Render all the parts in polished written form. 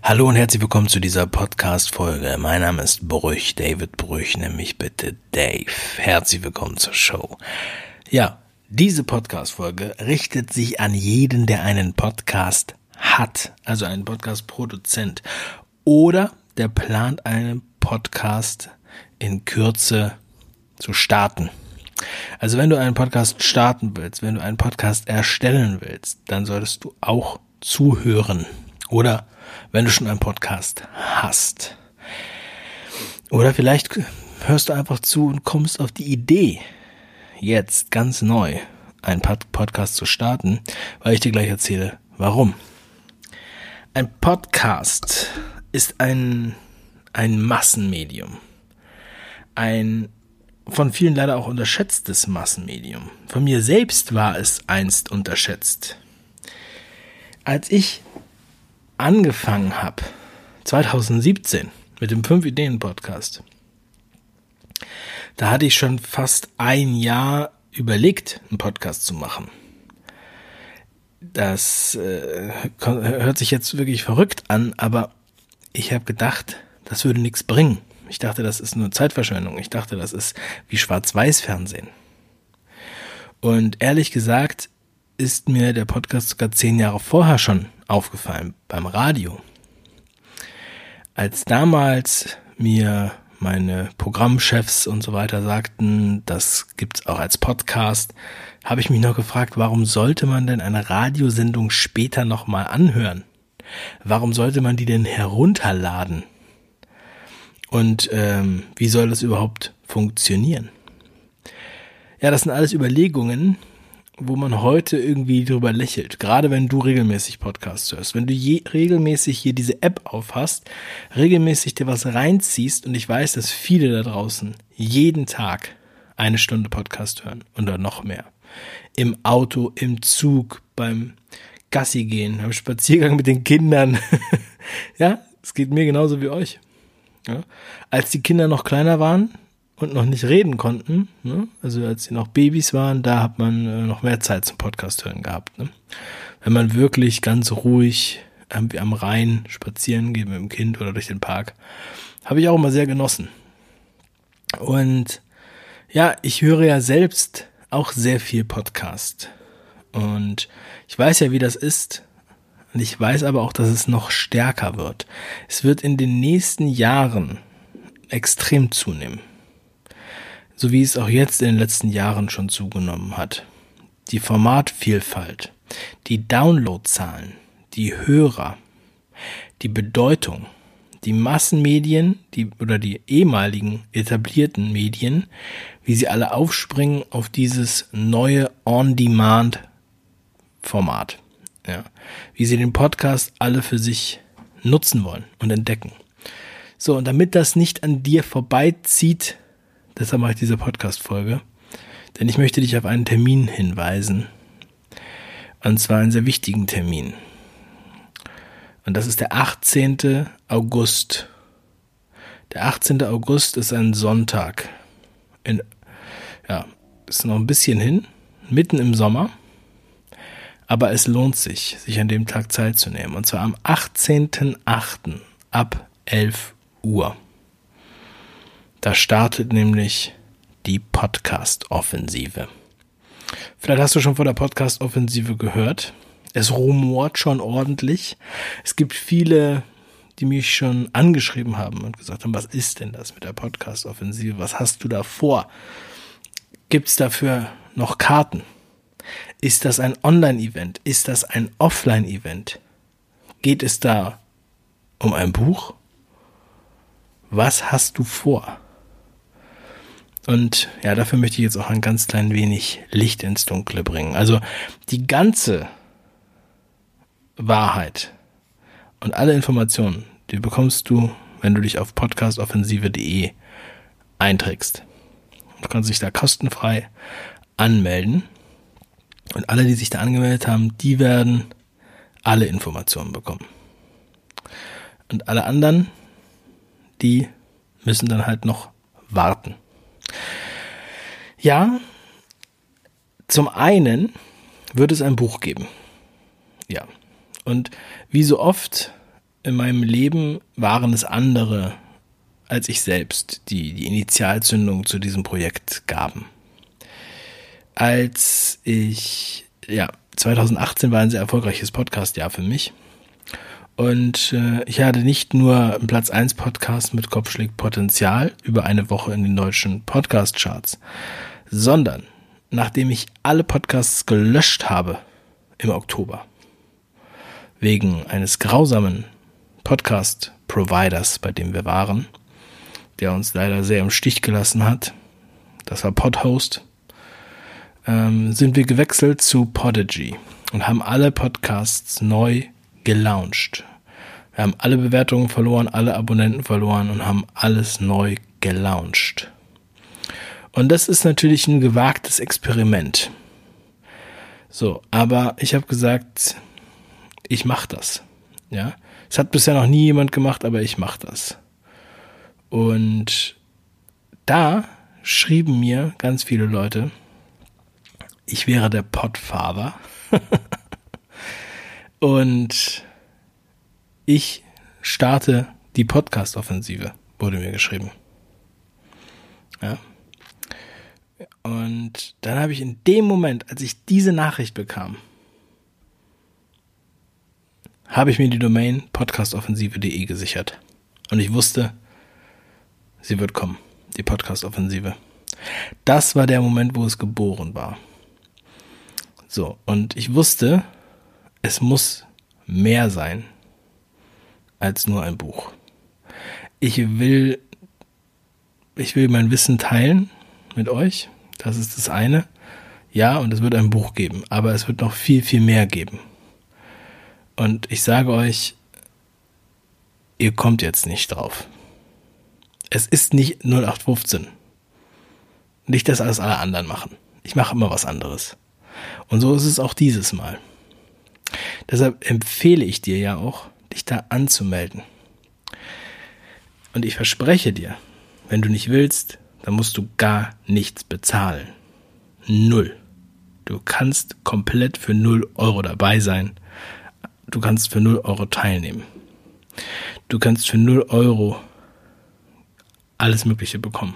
Hallo und herzlich willkommen zu dieser Podcast-Folge. Mein Name ist Brüch, David Brüch, nenn mich bitte Dave. Herzlich willkommen zur Show. Ja, diese Podcast-Folge richtet sich an jeden, der einen Podcast hat, also einen Podcast-Produzent oder der plant, einen Podcast in Kürze zu starten. Also wenn du einen Podcast starten willst, wenn du einen Podcast erstellen willst, dann solltest du auch zuhören. Oder wenn du schon einen Podcast hast. Oder vielleicht hörst du einfach zu und kommst auf die Idee, jetzt ganz neu einen Podcast zu starten, weil ich dir gleich erzähle, warum. Ein Podcast ist ein Massenmedium. Ein von vielen leider auch unterschätztes Massenmedium. Von mir selbst war es einst unterschätzt. Als ich angefangen habe, 2017, mit dem 5-Ideen-Podcast, da hatte ich schon fast ein Jahr überlegt, einen Podcast zu machen. Das hört sich jetzt wirklich verrückt an, aber ich habe gedacht, das würde nichts bringen. Ich dachte, das ist nur Zeitverschwendung. Ich dachte, das ist wie Schwarz-Weiß-Fernsehen. Und ehrlich gesagt ist mir der Podcast sogar 10 Jahre vorher schon aufgefallen, beim Radio. Als damals mir meine Programmchefs und so weiter sagten, das gibt's auch als Podcast, habe ich mich noch gefragt, warum sollte man denn eine Radiosendung später nochmal anhören? Warum sollte man die denn herunterladen? Und wie soll das überhaupt funktionieren? Ja, das sind alles Überlegungen, wo man heute irgendwie drüber lächelt. Gerade wenn du regelmäßig Podcasts hörst. Wenn du regelmäßig hier diese App aufhast, regelmäßig dir was reinziehst, und ich weiß, dass viele da draußen jeden Tag 1 Stunde Podcast hören oder noch mehr. Im Auto, im Zug, beim Gassi gehen, beim Spaziergang mit den Kindern. Ja, es geht mir genauso wie euch. Ja? Als die Kinder noch kleiner waren und noch nicht reden konnten, ne? Also als sie noch Babys waren, da hat man noch mehr Zeit zum Podcast hören gehabt. Ne? Wenn man wirklich ganz ruhig irgendwie am Rhein spazieren geht mit dem Kind oder durch den Park, habe ich auch immer sehr genossen. Und ja, ich höre ja selbst auch sehr viel Podcast. Und ich weiß ja, wie das ist. Und ich weiß aber auch, dass es noch stärker wird. Es wird in den nächsten Jahren extrem zunehmen. So wie es auch jetzt in den letzten Jahren schon zugenommen hat. Die Formatvielfalt, die Downloadzahlen, die Hörer, die Bedeutung, die Massenmedien, die ehemaligen etablierten Medien, wie sie alle aufspringen auf dieses neue On-Demand-Format. Ja, wie sie den Podcast alle für sich nutzen wollen und entdecken. So, und damit das nicht an dir vorbeizieht, deshalb mache ich diese Podcast-Folge, denn ich möchte dich auf einen Termin hinweisen. Und zwar einen sehr wichtigen Termin. Und das ist der 18. August. Der 18. August ist ein Sonntag. Ist noch ein bisschen hin, mitten im Sommer. Aber es lohnt sich an dem Tag Zeit zu nehmen. Und zwar am 18.08. ab 11 Uhr. Da startet nämlich die Podcast-Offensive. Vielleicht hast du schon von der Podcast-Offensive gehört. Es rumort schon ordentlich. Es gibt viele, die mich schon angeschrieben haben und gesagt haben, was ist denn das mit der Podcast-Offensive? Was hast du da vor? Gibt es dafür noch Karten? Ist das ein Online-Event? Ist das ein Offline-Event? Geht es da um ein Buch? Was hast du vor? Und ja, dafür möchte ich jetzt auch ein ganz klein wenig Licht ins Dunkle bringen. Also die ganze Wahrheit und alle Informationen, die bekommst du, wenn du dich auf podcastoffensive.de einträgst. Du kannst dich da kostenfrei anmelden. Und alle, die sich da angemeldet haben, die werden alle Informationen bekommen. Und alle anderen, die müssen dann halt noch warten. Ja, zum einen wird es ein Buch geben. Ja. Und wie so oft in meinem Leben waren es andere als ich selbst, die die Initialzündung zu diesem Projekt gaben. Als 2018 war ein sehr erfolgreiches Podcast-Jahr für mich. Und ich hatte nicht nur einen Platz 1 Podcast mit Kopf schlägt Potenzial über eine Woche in den deutschen Podcast-Charts, sondern nachdem ich alle Podcasts gelöscht habe im Oktober, wegen eines grausamen Podcast-Providers, bei dem wir waren, der uns leider sehr im Stich gelassen hat, das war Podhost, sind wir gewechselt zu Podigy und haben alle Podcasts neu gelauncht. Wir haben alle Bewertungen verloren, alle Abonnenten verloren und haben alles neu gelauncht. Und das ist natürlich ein gewagtes Experiment. So, aber ich habe gesagt, ich mache das. Ja, es hat bisher noch nie jemand gemacht, aber ich mache das. Und da schrieben mir ganz viele Leute, ich wäre der Podfather. Und ich starte die Podcast-Offensive, wurde mir geschrieben. Ja. Und dann habe ich in dem Moment, als ich diese Nachricht bekam, habe ich mir die Domain podcastoffensive.de gesichert. Und ich wusste, sie wird kommen, die Podcast-Offensive. Das war der Moment, wo es geboren war. So, und ich wusste, es muss mehr sein als nur ein Buch. Ich will mein Wissen teilen mit euch. Das ist das eine. Ja, und es wird ein Buch geben, aber es wird noch viel, viel mehr geben. Und ich sage euch, ihr kommt jetzt nicht drauf. Es ist nicht 0815. Nicht das, was alle anderen machen. Ich mache immer was anderes. Und so ist es auch dieses Mal. Deshalb empfehle ich dir ja auch, dich da anzumelden. Und ich verspreche dir, wenn du nicht willst, dann musst du gar nichts bezahlen. 0. Du kannst komplett für 0 Euro dabei sein. Du kannst für 0 Euro teilnehmen. Du kannst für 0 Euro alles Mögliche bekommen.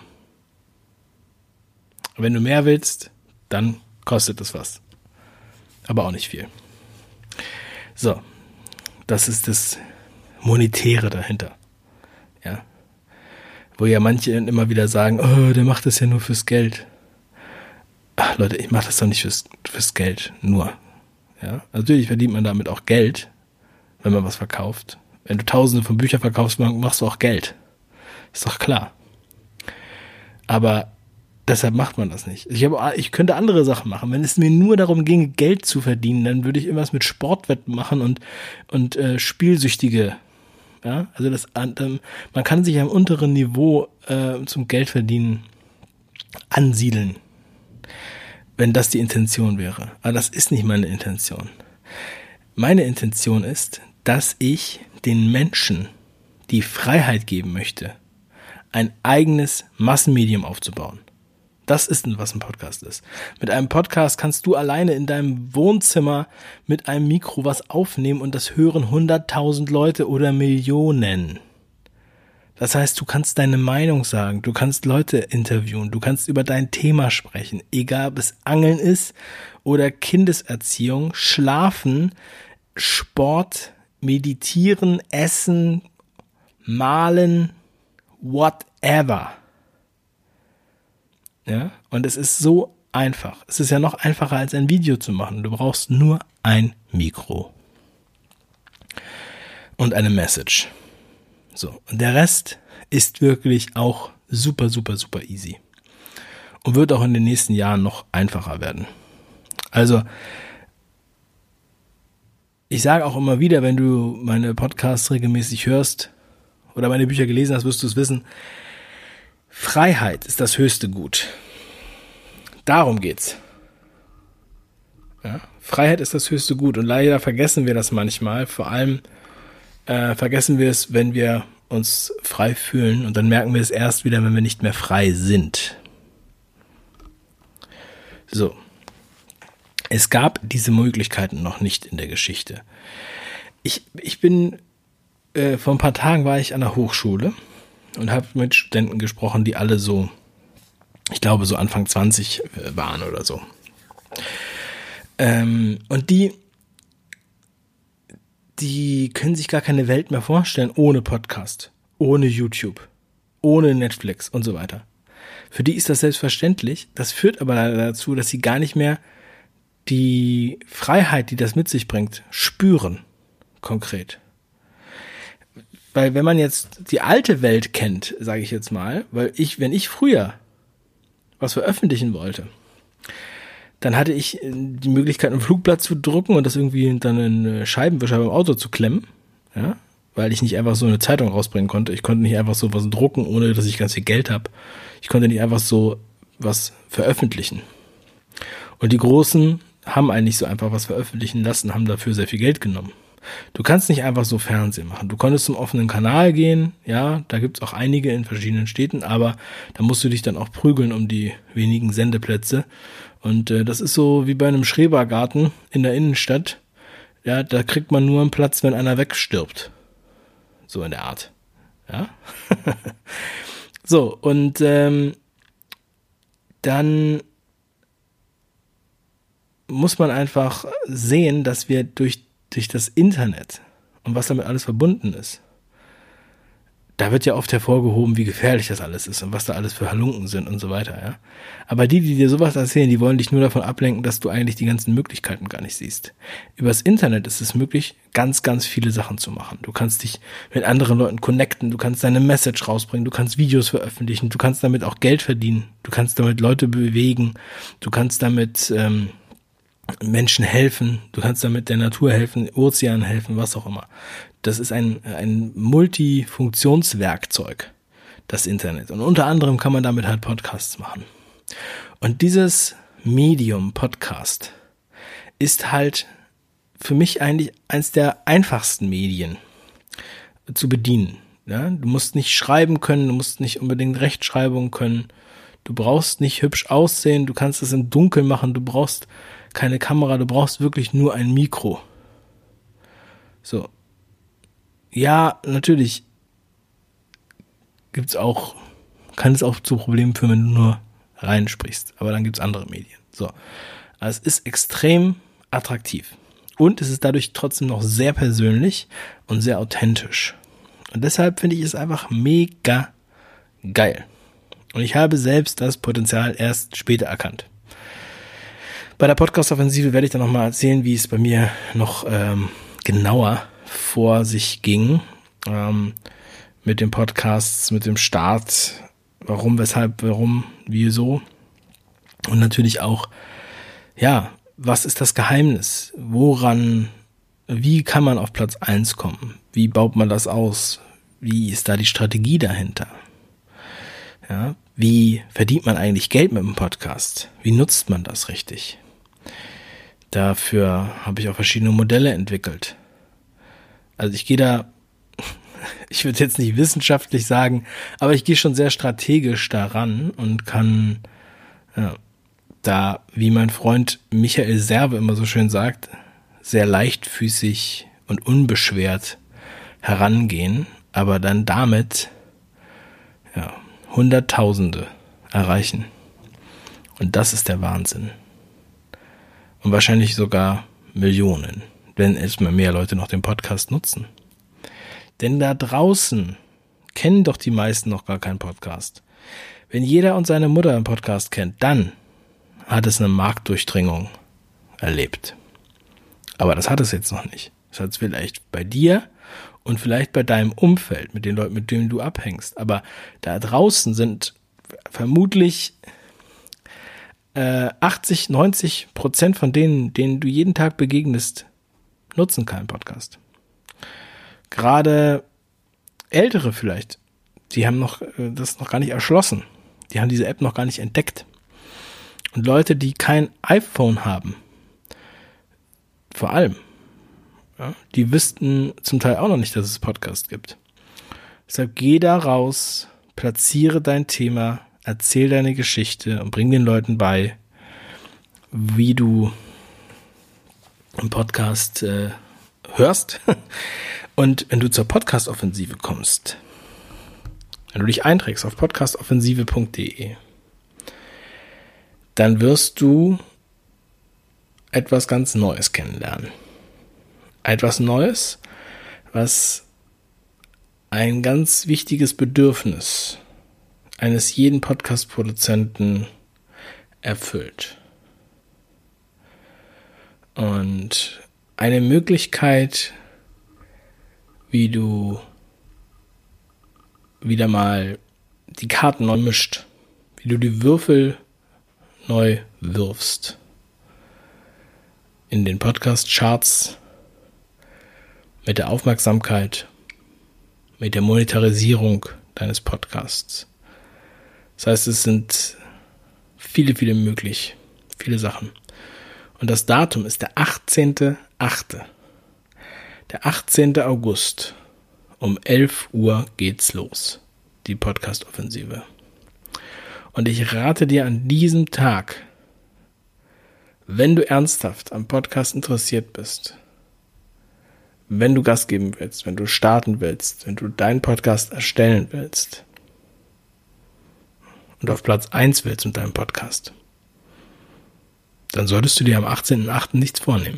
Und wenn du mehr willst, dann kostet es was. Aber auch nicht viel. So, das ist das Monetäre dahinter. Ja. Wo ja manche immer wieder sagen, oh, der macht das ja nur fürs Geld. Ach Leute, ich mache das doch nicht fürs Geld, nur. Ja. Natürlich verdient man damit auch Geld, wenn man was verkauft. Wenn du Tausende von Büchern verkaufst, machst du auch Geld. Ist doch klar. Aber deshalb macht man das nicht. Ich könnte andere Sachen machen. Wenn es mir nur darum ginge, Geld zu verdienen, dann würde ich irgendwas mit Sportwetten machen und Spielsüchtige. Ja, also man kann sich am unteren Niveau zum Geldverdienen ansiedeln, wenn das die Intention wäre. Aber das ist nicht meine Intention. Meine Intention ist, dass ich den Menschen die Freiheit geben möchte, ein eigenes Massenmedium aufzubauen. Das ist, was ein Podcast ist. Mit einem Podcast kannst du alleine in deinem Wohnzimmer mit einem Mikro was aufnehmen und das hören 100.000 Leute oder Millionen. Das heißt, du kannst deine Meinung sagen, du kannst Leute interviewen, du kannst über dein Thema sprechen, egal ob es Angeln ist oder Kindeserziehung, Schlafen, Sport, Meditieren, Essen, Malen, whatever. Ja, und es ist so einfach. Es ist ja noch einfacher als ein Video zu machen. Du brauchst nur ein Mikro und eine Message. So, und der Rest ist wirklich auch super, super, super easy. Und wird auch in den nächsten Jahren noch einfacher werden. Also, ich sage auch immer wieder, wenn du meine Podcasts regelmäßig hörst oder meine Bücher gelesen hast, wirst du es wissen, Freiheit ist das höchste Gut. Darum geht's. Ja, Freiheit ist das höchste Gut und leider vergessen wir das manchmal. Vor allem vergessen wir es, wenn wir uns frei fühlen und dann merken wir es erst wieder, wenn wir nicht mehr frei sind. So. Es gab diese Möglichkeiten noch nicht in der Geschichte. Ich bin vor ein paar Tagen war ich an der Hochschule und habe mit Studenten gesprochen, die alle so, ich glaube, so Anfang 20 waren oder so. Und die können sich gar keine Welt mehr vorstellen ohne Podcast, ohne YouTube, ohne Netflix und so weiter. Für die ist das selbstverständlich. Das führt aber leider dazu, dass sie gar nicht mehr die Freiheit, die das mit sich bringt, spüren, konkret. Weil wenn man jetzt die alte Welt kennt, sage ich jetzt mal, wenn ich früher was veröffentlichen wollte, dann hatte ich die Möglichkeit, ein Flugblatt zu drucken und das irgendwie dann in einen Scheibenwischer beim Auto zu klemmen, ja, weil ich nicht einfach so eine Zeitung rausbringen konnte. Ich konnte nicht einfach so was drucken, ohne dass ich ganz viel Geld habe. Ich konnte nicht einfach so was veröffentlichen. Und die Großen haben eigentlich so einfach was veröffentlichen lassen, haben dafür sehr viel Geld genommen. Du kannst nicht einfach so Fernsehen machen. Du konntest zum offenen Kanal gehen, ja, da gibt's auch einige in verschiedenen Städten, aber da musst du dich dann auch prügeln um die wenigen Sendeplätze. Und das ist so wie bei einem Schrebergarten in der Innenstadt. Ja, da kriegt man nur einen Platz, wenn einer wegstirbt. So in der Art. Ja. So, und dann muss man einfach sehen, dass wir durch das Internet und was damit alles verbunden ist, da wird ja oft hervorgehoben, wie gefährlich das alles ist und was da alles für Halunken sind und so weiter, ja. Aber die dir sowas erzählen, die wollen dich nur davon ablenken, dass du eigentlich die ganzen Möglichkeiten gar nicht siehst. Übers Internet ist es möglich, ganz, ganz viele Sachen zu machen. Du kannst dich mit anderen Leuten connecten, du kannst deine Message rausbringen, du kannst Videos veröffentlichen, du kannst damit auch Geld verdienen, du kannst damit Leute bewegen, du kannst damit Menschen helfen, du kannst damit der Natur helfen, Ozeanen helfen, was auch immer. Das ist ein Multifunktionswerkzeug, das Internet. Und unter anderem kann man damit halt Podcasts machen. Und dieses Medium Podcast ist halt für mich eigentlich eins der einfachsten Medien zu bedienen. Ja? Du musst nicht schreiben können, du musst nicht unbedingt Rechtschreibung können, du brauchst nicht hübsch aussehen, du kannst es im Dunkeln machen, du brauchst keine Kamera, du brauchst wirklich nur ein Mikro. So. Ja, natürlich kann es auch zu Problemen führen, wenn du nur reinsprichst. Aber dann gibt's andere Medien. So. Also es ist extrem attraktiv. Und es ist dadurch trotzdem noch sehr persönlich und sehr authentisch. Und deshalb finde ich es einfach mega geil. Und ich habe selbst das Potenzial erst später erkannt. Bei der Podcast-Offensive werde ich dann nochmal erzählen, wie es bei mir noch genauer vor sich ging. Mit den Podcasts, mit dem Start, warum, weshalb, warum, wieso. Und natürlich auch, ja, was ist das Geheimnis? Wie kann man auf Platz 1 kommen? Wie baut man das aus? Wie ist da die Strategie dahinter? Ja, wie verdient man eigentlich Geld mit dem Podcast? Wie nutzt man das richtig? Dafür habe ich auch verschiedene Modelle entwickelt. Also ich würde jetzt nicht wissenschaftlich sagen, aber ich gehe schon sehr strategisch daran und kann da, wie mein Freund Michael Serve immer so schön sagt, sehr leichtfüßig und unbeschwert herangehen, aber dann damit Hunderttausende erreichen. Und das ist der Wahnsinn. Und wahrscheinlich sogar Millionen, wenn erstmal mehr Leute noch den Podcast nutzen. Denn da draußen kennen doch die meisten noch gar keinen Podcast. Wenn jeder und seine Mutter einen Podcast kennt, dann hat es eine Marktdurchdringung erlebt. Aber das hat es jetzt noch nicht. Das hat es vielleicht bei dir und vielleicht bei deinem Umfeld, mit den Leuten, mit denen du abhängst. Aber da draußen sind vermutlich 80-90% von denen du jeden Tag begegnest, nutzen keinen Podcast. Gerade Ältere vielleicht, die haben das noch gar nicht erschlossen. Die haben diese App noch gar nicht entdeckt. Und Leute, die kein iPhone haben, vor allem, die wüssten zum Teil auch noch nicht, dass es Podcast gibt. Deshalb geh da raus, platziere dein Thema, erzähl deine Geschichte und bring den Leuten bei, wie du einen Podcast hörst Und wenn du zur Podcast-Offensive kommst, wenn du dich einträgst auf podcastoffensive.de, dann wirst du etwas ganz Neues kennenlernen. Etwas Neues, was ein ganz wichtiges Bedürfnis eines jeden Podcast-Produzenten erfüllt. Und eine Möglichkeit, wie du wieder mal die Karten neu mischt, wie du die Würfel neu wirfst in den Podcast-Charts, mit der Aufmerksamkeit, mit der Monetarisierung deines Podcasts. Das heißt, es sind viele Sachen. Und das Datum ist der 18.8. Der 18. August. Um 11 Uhr geht's los. Die Podcast-Offensive. Und ich rate dir an diesem Tag, wenn du ernsthaft am Podcast interessiert bist, wenn du Gas geben willst, wenn du starten willst, wenn du deinen Podcast erstellen willst und auf Platz 1 willst mit deinem Podcast, dann solltest du dir am 18.8. nichts vornehmen.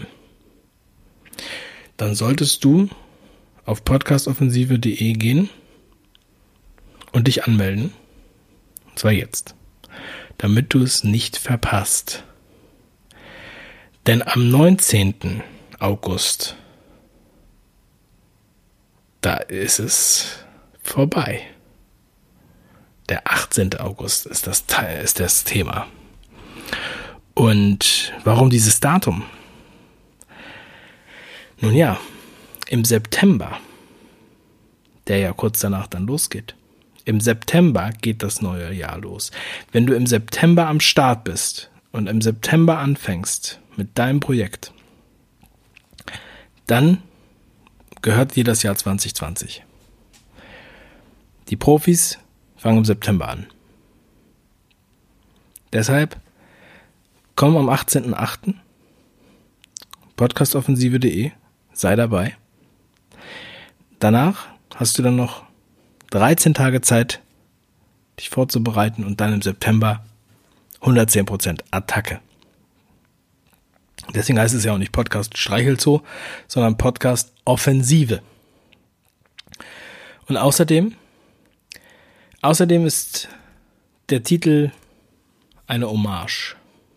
Dann solltest du auf podcastoffensive.de gehen und dich anmelden. Und zwar jetzt, damit du es nicht verpasst. Denn am 19. August, da ist es vorbei. Der 18. August ist das Thema. Und warum dieses Datum? Nun ja, im September, der ja kurz danach dann losgeht, im September geht das neue Jahr los. Wenn du im September am Start bist und im September anfängst mit deinem Projekt, dann gehört dir das Jahr 2020. Die Profis fangen im September an. Deshalb komm am 18.8. podcastoffensive.de, sei dabei. Danach hast du dann noch 13 Tage Zeit, dich vorzubereiten und dann im September 110% Attacke. Deswegen heißt es ja auch nicht Podcast Streichelzoo, sondern Podcast Offensive. Und außerdem ist der Titel eine Hommage.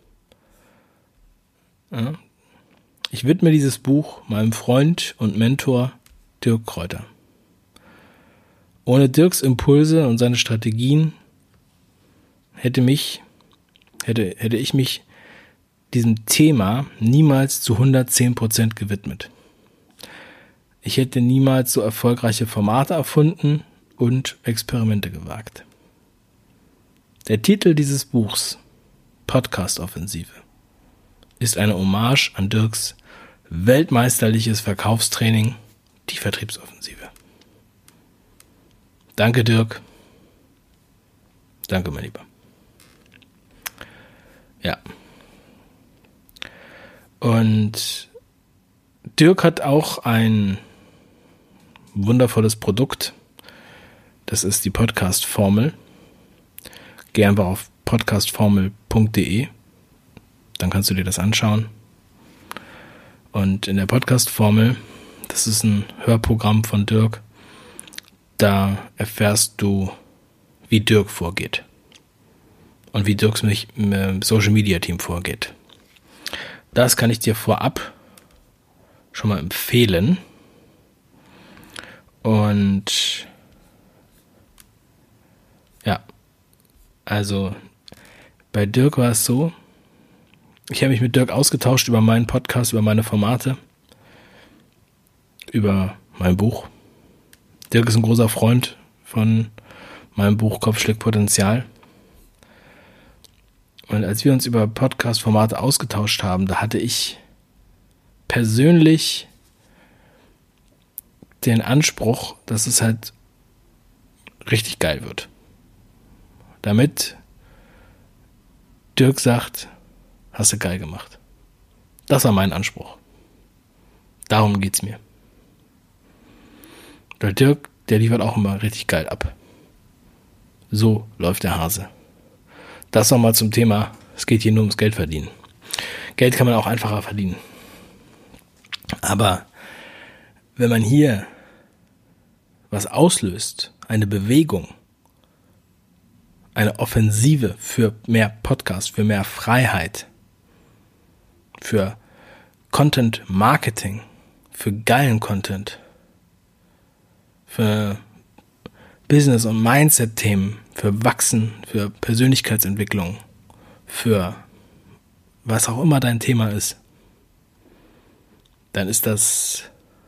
Ja. Ich widme dieses Buch meinem Freund und Mentor Dirk Kräuter. Ohne Dirks Impulse und seine Strategien hätte ich mich diesem Thema niemals zu 110% gewidmet. Ich hätte niemals so erfolgreiche Formate erfunden und Experimente gewagt. Der Titel dieses Buchs, Podcast-Offensive, ist eine Hommage an Dirks weltmeisterliches Verkaufstraining, die Vertriebsoffensive. Danke, Dirk. Danke, mein Lieber. Ja. Und Dirk hat auch ein wundervolles Produkt. Das ist die Podcast-Formel. Geh einfach auf podcastformel.de. Dann kannst du dir das anschauen. Und in der Podcast-Formel, das ist ein Hörprogramm von Dirk, da erfährst du, wie Dirk vorgeht. Und wie Dirks Social-Media-Team vorgeht. Das kann ich dir vorab schon mal empfehlen. Und ja, also bei Dirk war es so, ich habe mich mit Dirk ausgetauscht über meinen Podcast, über meine Formate, über mein Buch. Dirk ist ein großer Freund von meinem Buch Kopf schlägt Potenzial. Und als wir uns über Podcast-Formate ausgetauscht haben, da hatte ich persönlich den Anspruch, dass es halt richtig geil wird. Damit Dirk sagt, hast du geil gemacht. Das war mein Anspruch. Darum geht's mir. Der Dirk, der liefert auch immer richtig geil ab. So läuft der Hase. Das nochmal zum Thema, es geht hier nur ums Geld verdienen. Geld kann man auch einfacher verdienen. Aber wenn man hier was auslöst, eine Bewegung, eine Offensive für mehr Podcast, für mehr Freiheit, für Content Marketing, für geilen Content, für Business- und Mindset-Themen, für Wachsen, für Persönlichkeitsentwicklung, für was auch immer dein Thema ist, dann ist das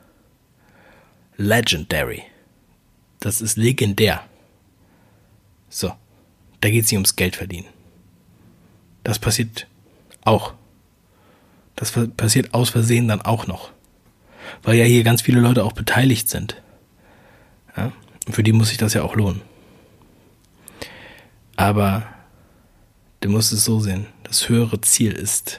legendary. Das ist legendär. So, da geht es nicht ums Geld verdienen. Das passiert auch. Das passiert aus Versehen dann auch noch. Weil ja hier ganz viele Leute auch beteiligt sind. Ja? Und für die muss sich das ja auch lohnen. Aber du musst es so sehen. Das höhere Ziel ist,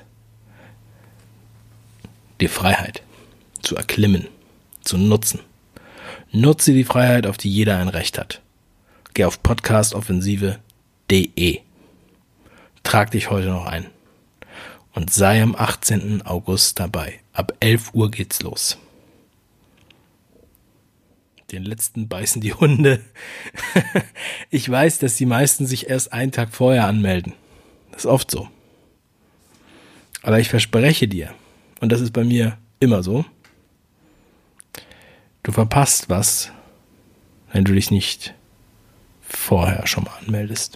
die Freiheit zu erklimmen, zu nutzen. Nutze die Freiheit, auf die jeder ein Recht hat. Geh auf podcastoffensive.de. Trag dich heute noch ein. Und sei am 18. August dabei. Ab 11 Uhr geht's los. Den letzten beißen die Hunde. Ich weiß, dass die meisten sich erst einen Tag vorher anmelden. Das ist oft so. Aber ich verspreche dir, und das ist bei mir immer so, du verpasst was, wenn du dich nicht vorher schon mal anmeldest.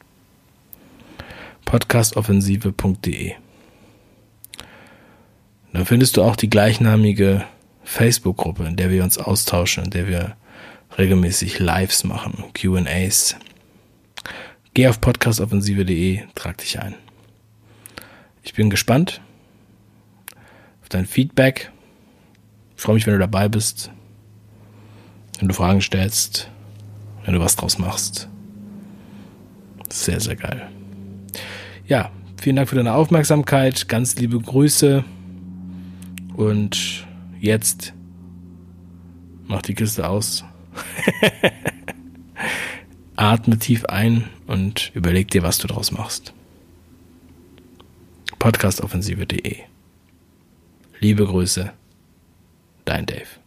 podcastoffensive.de. Dann findest du auch die gleichnamige Facebook-Gruppe, in der wir uns austauschen, in der wir regelmäßig Lives machen, Q&As. Geh auf podcastoffensive.de, trag dich ein. Ich bin gespannt auf dein Feedback. Ich freue mich, wenn du dabei bist, wenn du Fragen stellst, wenn du was draus machst. Sehr, sehr geil. Ja, vielen Dank für deine Aufmerksamkeit. Ganz liebe Grüße. Und jetzt mach die Kiste aus. Atme tief ein und überleg dir, was du draus machst. podcastoffensive.de. Liebe Grüße, dein Dave.